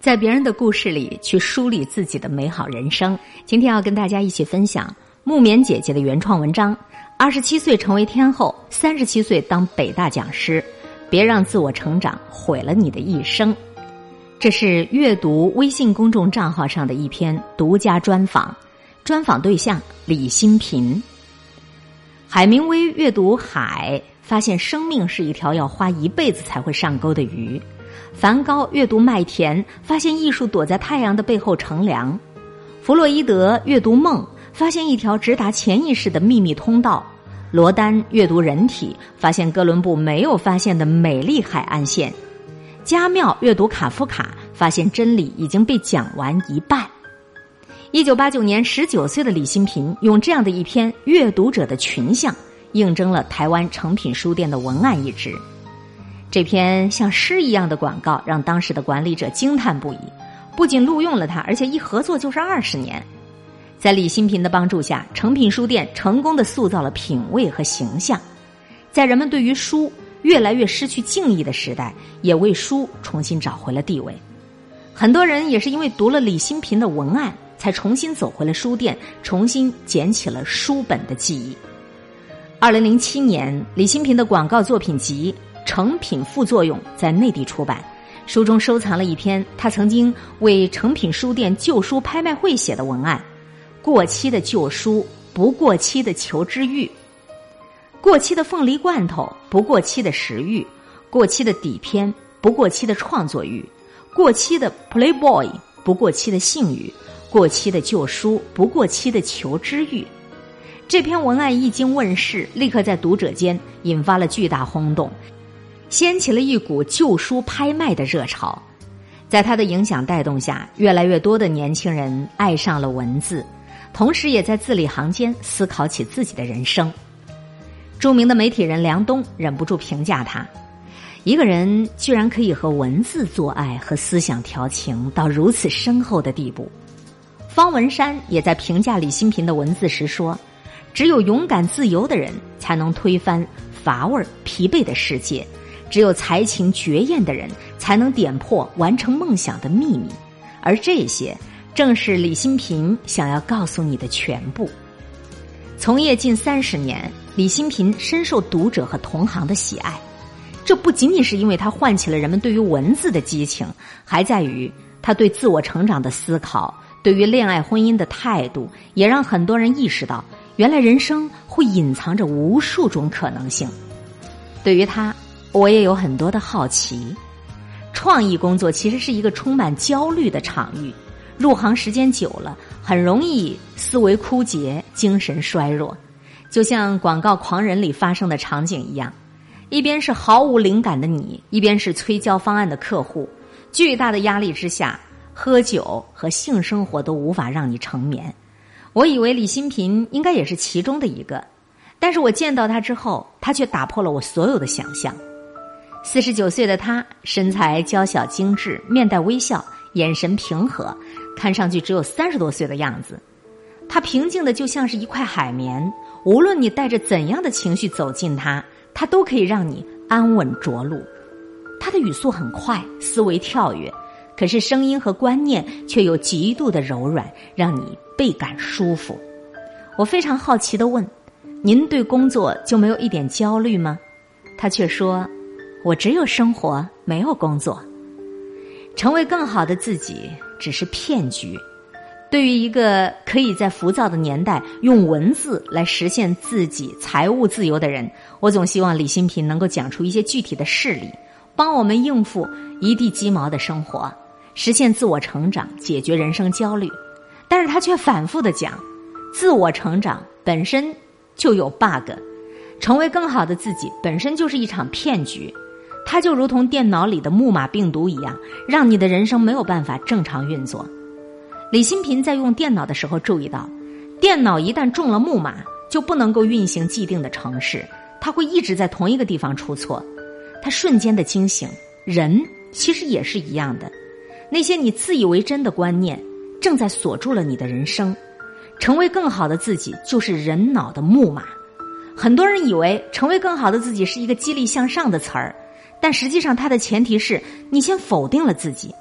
在别人的故事里去梳理自己的美好人生。今天要跟大家一起分享木棉姐姐的原创文章，27岁成为天后，37岁当北大讲师，别让自我成长毁了你的一生。这是阅读微信公众账号上的一篇独家专访，专访对象李新平。海明威阅读海，发现生命是一条要花一辈子才会上钩的鱼。梵高阅读麦田，发现艺术躲在太阳的背后乘凉。弗洛伊德阅读梦，发现一条直达潜意识的秘密通道。罗丹阅读人体，发现哥伦布没有发现的美丽海岸线。加缪阅读卡夫卡，发现真理已经被讲完一半。1989年19岁的李新平用这样的一篇阅读者的群像，应征了台湾诚品书店的文案一职。这篇像诗一样的广告让当时的管理者惊叹不已，不仅录用了他，而且一合作就是20年。在李新平的帮助下，诚品书店成功地塑造了品味和形象。在人们对于书越来越失去敬意的时代，也为书重新找回了地位。很多人也是因为读了李新平的文案，才重新走回了书店，重新捡起了书本的记忆。2007年，李新平的广告作品集《诚品副作用》在内地出版，书中收藏了一篇他曾经为诚品书店旧书拍卖会写的文案：过期的旧书，不过期的求知欲；过期的凤梨罐头，不过期的食欲；过期的底片，不过期的创作欲；过期的 Playboy， 不过期的性欲；过期的旧书，不过期的求知欲。这篇文案一经问世，立刻在读者间引发了巨大轰动，掀起了一股旧书拍卖的热潮。在他的影响带动下，越来越多的年轻人爱上了文字，同时也在字里行间思考起自己的人生。著名的媒体人梁冬忍不住评价他，一个人居然可以和文字做爱，和思想调情到如此深厚的地步。方文山也在评价李新平的文字时说，只有勇敢自由的人才能推翻乏味疲惫的世界，只有才情绝艳的人才能点破完成梦想的秘密，而这些正是李新平想要告诉你的全部。从业近30年，李新平深受读者和同行的喜爱，这不仅仅是因为他唤起了人们对于文字的激情，还在于他对自我成长的思考，对于恋爱婚姻的态度，也让很多人意识到，原来人生会隐藏着无数种可能性。对于他，我也有很多的好奇。创意工作其实是一个充满焦虑的场域，入行时间久了，很容易思维枯竭，精神衰弱。就像广告狂人里发生的场景一样，一边是毫无灵感的你，一边是催交方案的客户，巨大的压力之下，喝酒和性生活都无法让你成眠。我以为李新平应该也是其中的一个，但是我见到他之后，他却打破了我所有的想象。49岁的他，身材娇小精致，面带微笑，眼神平和，看上去只有30多岁的样子。他平静的就像是一块海绵，无论你带着怎样的情绪走进他，他都可以让你安稳着陆。他的语速很快，思维跳跃，可是声音和观念却有极度的柔软，让你倍感舒服。我非常好奇地问，您对工作就没有一点焦虑吗？他却说，我只有生活，没有工作。成为更好的自己只是骗局。对于一个可以在浮躁的年代用文字来实现自己财务自由的人，我总希望李新平能够讲出一些具体的事例，帮我们应付一地鸡毛的生活，实现自我成长，解决人生焦虑。但是他却反复地讲，自我成长本身就有 bug， 成为更好的自己本身就是一场骗局。它就如同电脑里的木马病毒一样，让你的人生没有办法正常运作。李新平在用电脑的时候注意到，电脑一旦中了木马，就不能够运行既定的程式，它会一直在同一个地方出错。他瞬间的惊醒，人其实也是一样的，那些你自以为真的观念正在锁住了你的人生。成为更好的自己就是人脑的木马。很多人以为成为更好的自己是一个激励向上的词儿，但实际上它的前提是你先否定了自己。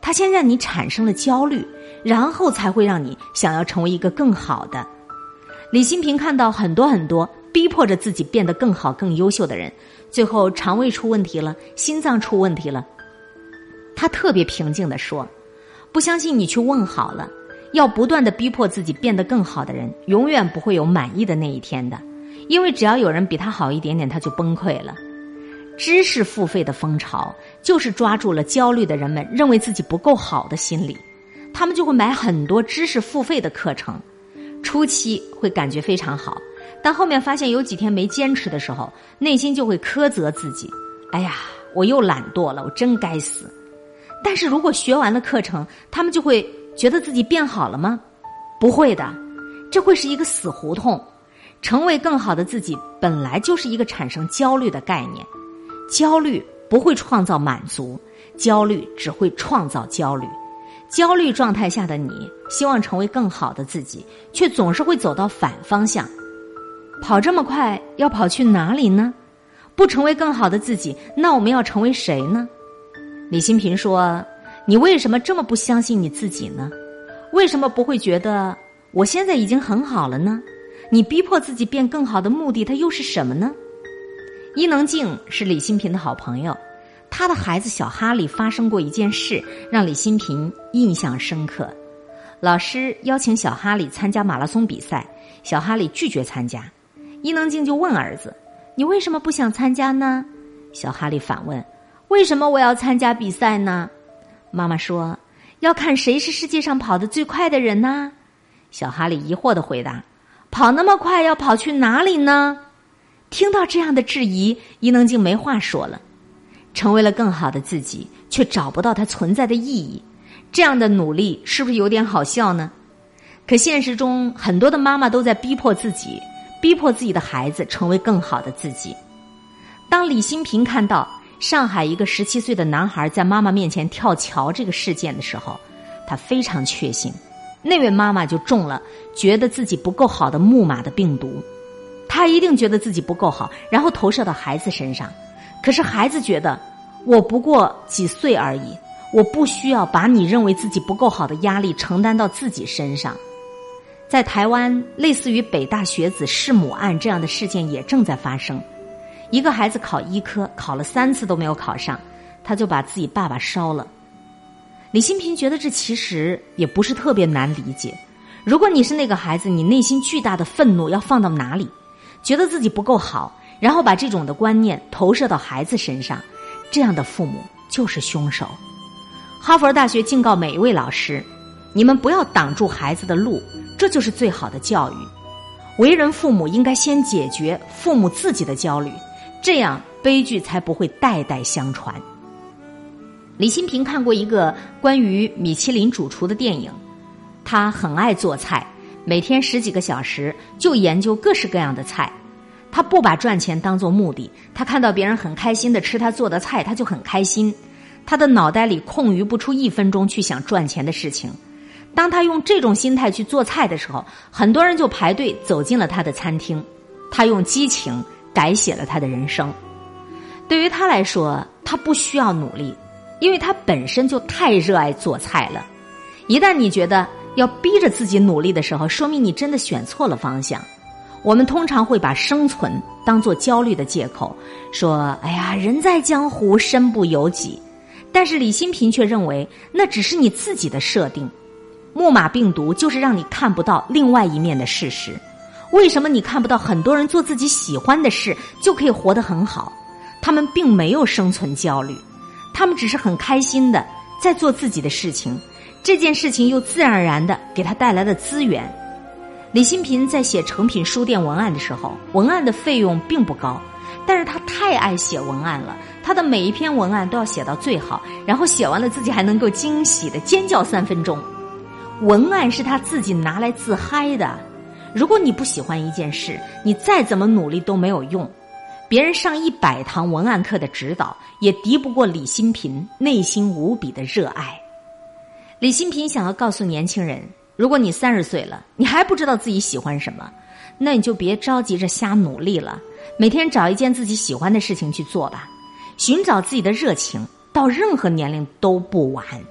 它先让你产生了焦虑，然后才会让你想要成为一个更好的。李新平看到很多逼迫着自己变得更好更优秀的人，最后肠胃出问题了，心脏出问题了，他特别平静地说，不相信你去问好了，要不断地逼迫自己变得更好的人，永远不会有满意的那一天的，因为只要有人比他好一点点，他就崩溃了。知识付费的风潮就是抓住了焦虑的人们认为自己不够好的心理，他们就会买很多知识付费的课程，初期会感觉非常好，但后面发现有几天没坚持的时候，内心就会苛责自己，哎呀，我又懒惰了，我真该死。但是如果学完了课程，他们就会觉得自己变好了吗？不会的，这会是一个死胡同。成为更好的自己本来就是一个产生焦虑的概念，焦虑不会创造满足，焦虑只会创造焦虑。焦虑状态下的你希望成为更好的自己，却总是会走到反方向。跑这么快要跑去哪里呢？不成为更好的自己，那我们要成为谁呢？李新平说，你为什么这么不相信你自己呢？为什么不会觉得我现在已经很好了呢？你逼迫自己变更好的目的它又是什么呢？伊能静是李新平的好朋友，他的孩子小哈利发生过一件事让李新平印象深刻。老师邀请小哈利参加马拉松比赛，小哈利拒绝参加，伊能静就问儿子，你为什么不想参加呢？小哈利反问，为什么我要参加比赛呢？妈妈说，要看谁是世界上跑得最快的人呢？小哈利疑惑地回答，跑那么快要跑去哪里呢？听到这样的质疑，伊能静没话说了。成为了更好的自己，却找不到它存在的意义，这样的努力是不是有点好笑呢？可现实中很多的妈妈都在逼迫自己的孩子成为更好的自己。当李新平看到上海一个17岁的男孩在妈妈面前跳桥这个事件的时候，他非常确信那位妈妈就中了觉得自己不够好的木马的病毒，他一定觉得自己不够好，然后投射到孩子身上。可是孩子觉得我不过几岁而已，我不需要把你认为自己不够好的压力承担到自己身上。在台湾，类似于北大学子弑母案这样的事件也正在发生。一个孩子考医科，考了3次都没有考上，他就把自己爸爸烧了。李新平觉得这其实也不是特别难理解。如果你是那个孩子，你内心巨大的愤怒要放到哪里？觉得自己不够好，然后把这种的观念投射到孩子身上，这样的父母就是凶手。哈佛大学警告每一位老师，你们不要挡住孩子的路，这就是最好的教育。为人父母应该先解决父母自己的焦虑，这样悲剧才不会代代相传。李新平看过一个关于米其林主厨的电影，他很爱做菜，每天10几个小时就研究各式各样的菜。他不把赚钱当作目的，他看到别人很开心的吃他做的菜，他就很开心。他的脑袋里空余不出1分钟去想赚钱的事情。当他用这种心态去做菜的时候，很多人就排队走进了他的餐厅。他用激情改写了他的人生。对于他来说，他不需要努力，因为他本身就太热爱做菜了。一旦你觉得要逼着自己努力的时候，说明你真的选错了方向。我们通常会把生存当作焦虑的借口，说哎呀，人在江湖身不由己。但是李新平却认为那只是你自己的设定。木马病毒就是让你看不到另外一面的事实。为什么你看不到很多人做自己喜欢的事就可以活得很好？他们并没有生存焦虑，他们只是很开心的在做自己的事情，这件事情又自然而然的给他带来了资源。李新平在写诚品书店文案的时候，文案的费用并不高，但是他太爱写文案了，他的每一篇文案都要写到最好，然后写完了自己还能够惊喜的尖叫3分钟。文案是他自己拿来自嗨的。如果你不喜欢一件事，你再怎么努力都没有用。别人上100堂文案课的指导，也敌不过李新平内心无比的热爱。李新平想要告诉年轻人，如果你30岁了，你还不知道自己喜欢什么，那你就别着急着瞎努力了，每天找一件自己喜欢的事情去做吧。寻找自己的热情，到任何年龄都不晚。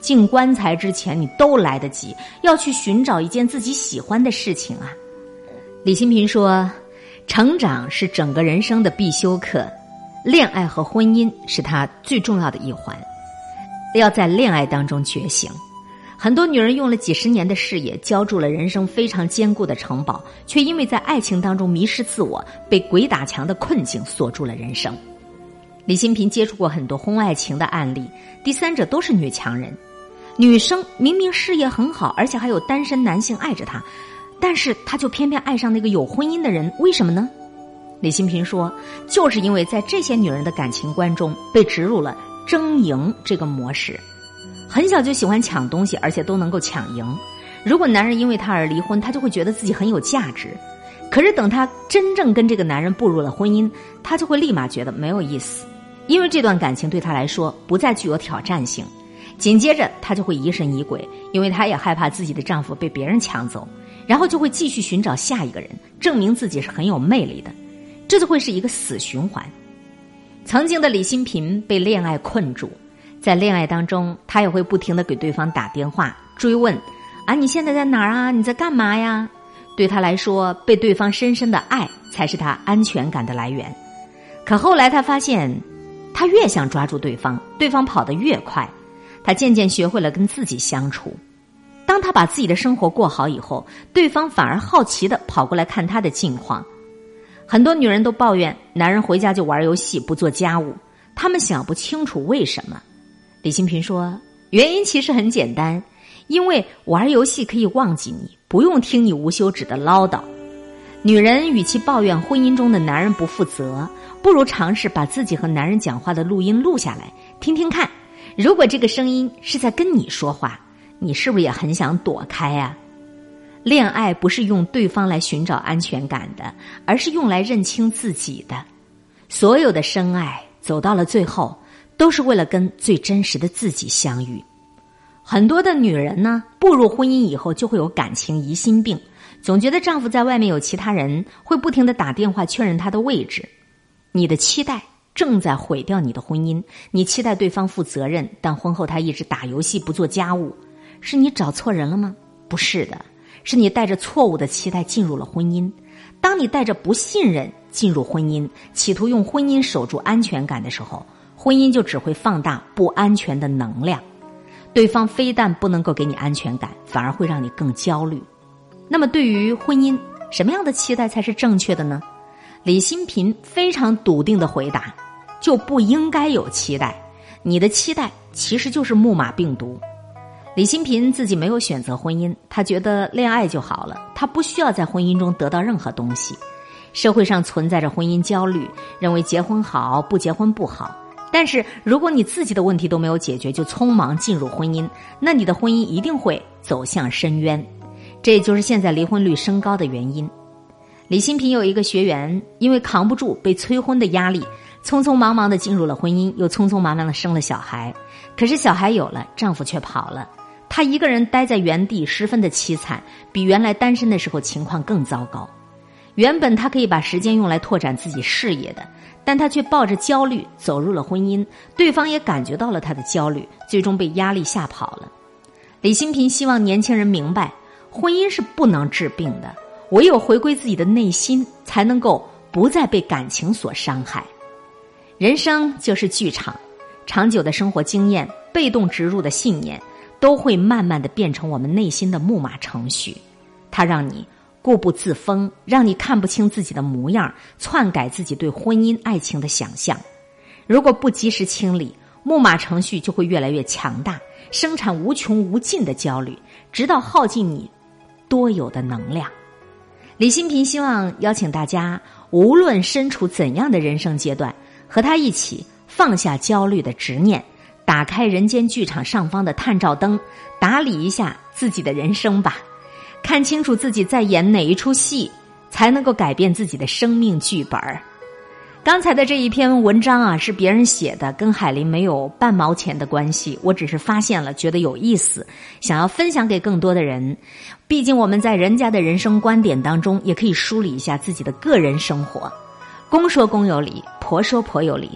进棺材之前你都来得及，要去寻找一件自己喜欢的事情啊。李新平说，成长是整个人生的必修课，恋爱和婚姻是他最重要的一环，要在恋爱当中觉醒。很多女人用了几十年的事业浇筑了人生非常坚固的城堡，却因为在爱情当中迷失自我，被鬼打墙的困境锁住了人生。李新平接触过很多婚外情的案例，第三者都是女强人。女生明明事业很好，而且还有单身男性爱着她，但是她就偏偏爱上那个有婚姻的人，为什么呢？李新平说，就是因为在这些女人的感情观中被植入了争赢这个模式，很小就喜欢抢东西，而且都能够抢赢。如果男人因为她而离婚，她就会觉得自己很有价值。可是等她真正跟这个男人步入了婚姻，她就会立马觉得没有意思，因为这段感情对她来说不再具有挑战性。紧接着她就会疑神疑鬼，因为她也害怕自己的丈夫被别人抢走，然后就会继续寻找下一个人，证明自己是很有魅力的，这就会是一个死循环。曾经的李新平被恋爱困住，在恋爱当中他也会不停地给对方打电话追问，你现在在哪儿啊？你在干嘛呀？对他来说，被对方深深的爱才是他安全感的来源。可后来他发现，他越想抓住对方，对方跑得越快，他渐渐学会了跟自己相处。当他把自己的生活过好以后，对方反而好奇地跑过来看他的近况。很多女人都抱怨男人回家就玩游戏不做家务，她们想不清楚为什么。李新平说，原因其实很简单，因为玩游戏可以忘记你，不用听你无休止的唠叨。女人与其抱怨婚姻中的男人不负责，不如尝试把自己和男人讲话的录音录下来，听听看，如果这个声音是在跟你说话，你是不是也很想躲开啊？恋爱不是用对方来寻找安全感的，而是用来认清自己的。所有的深爱走到了最后，都是为了跟最真实的自己相遇。很多的女人呢，步入婚姻以后就会有感情疑心病，总觉得丈夫在外面有其他人，会不停地打电话确认他的位置。你的期待正在毁掉你的婚姻，你期待对方负责任，但婚后他一直打游戏不做家务，是你找错人了吗？不是的，是你带着错误的期待进入了婚姻。当你带着不信任进入婚姻，企图用婚姻守住安全感的时候，婚姻就只会放大不安全的能量。对方非但不能够给你安全感，反而会让你更焦虑。那么对于婚姻，什么样的期待才是正确的呢？李新平非常笃定地回答，就不应该有期待，你的期待其实就是木马病毒。李新平自己没有选择婚姻，他觉得恋爱就好了，他不需要在婚姻中得到任何东西。社会上存在着婚姻焦虑，认为结婚好，不结婚不好。但是如果你自己的问题都没有解决，就匆忙进入婚姻，那你的婚姻一定会走向深渊。这也就是现在离婚率升高的原因。李新平有一个学员，因为扛不住被催婚的压力，匆匆忙忙地进入了婚姻，又匆匆忙忙地生了小孩。可是小孩有了，丈夫却跑了，她一个人待在原地，十分的凄惨，比原来单身的时候情况更糟糕。原本她可以把时间用来拓展自己事业的，但她却抱着焦虑走入了婚姻，对方也感觉到了她的焦虑，最终被压力吓跑了。李新平希望年轻人明白，婚姻是不能治病的，唯有回归自己的内心，才能够不再被感情所伤害。人生就是剧场，长久的生活经验，被动植入的信念，都会慢慢地变成我们内心的木马程序。它让你固步自封，让你看不清自己的模样，篡改自己对婚姻爱情的想象。如果不及时清理，木马程序就会越来越强大，生产无穷无尽的焦虑，直到耗尽你多有的能量。李新平希望邀请大家，无论身处怎样的人生阶段，和他一起放下焦虑的执念，打开人间剧场上方的探照灯，打理一下自己的人生吧。看清楚自己在演哪一出戏，才能够改变自己的生命剧本。刚才的这一篇文章啊，是别人写的，跟海林没有半毛钱的关系，我只是发现了，觉得有意思，想要分享给更多的人。毕竟我们在人家的人生观点当中，也可以梳理一下自己的个人生活。公说公有理，婆说婆有理。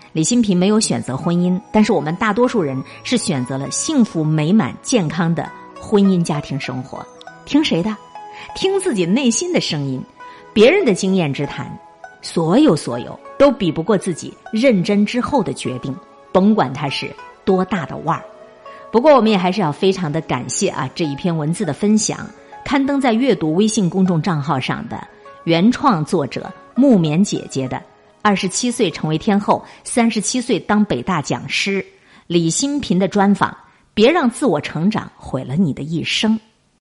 李新平没有选择婚姻，但是我们大多数人是选择了幸福美满健康的婚姻家庭生活。听谁的？听自己内心的声音。别人的经验之谈，所有都比不过自己认真之后的决定，甭管它是多大的腕儿。不过我们也还是要非常的感谢这一篇文字的分享，刊登在阅读微信公众账号上的原创作者木棉姐姐的27岁成为天后，37岁当北大讲师，李新平的专访，别让自我成长毁了你的一生。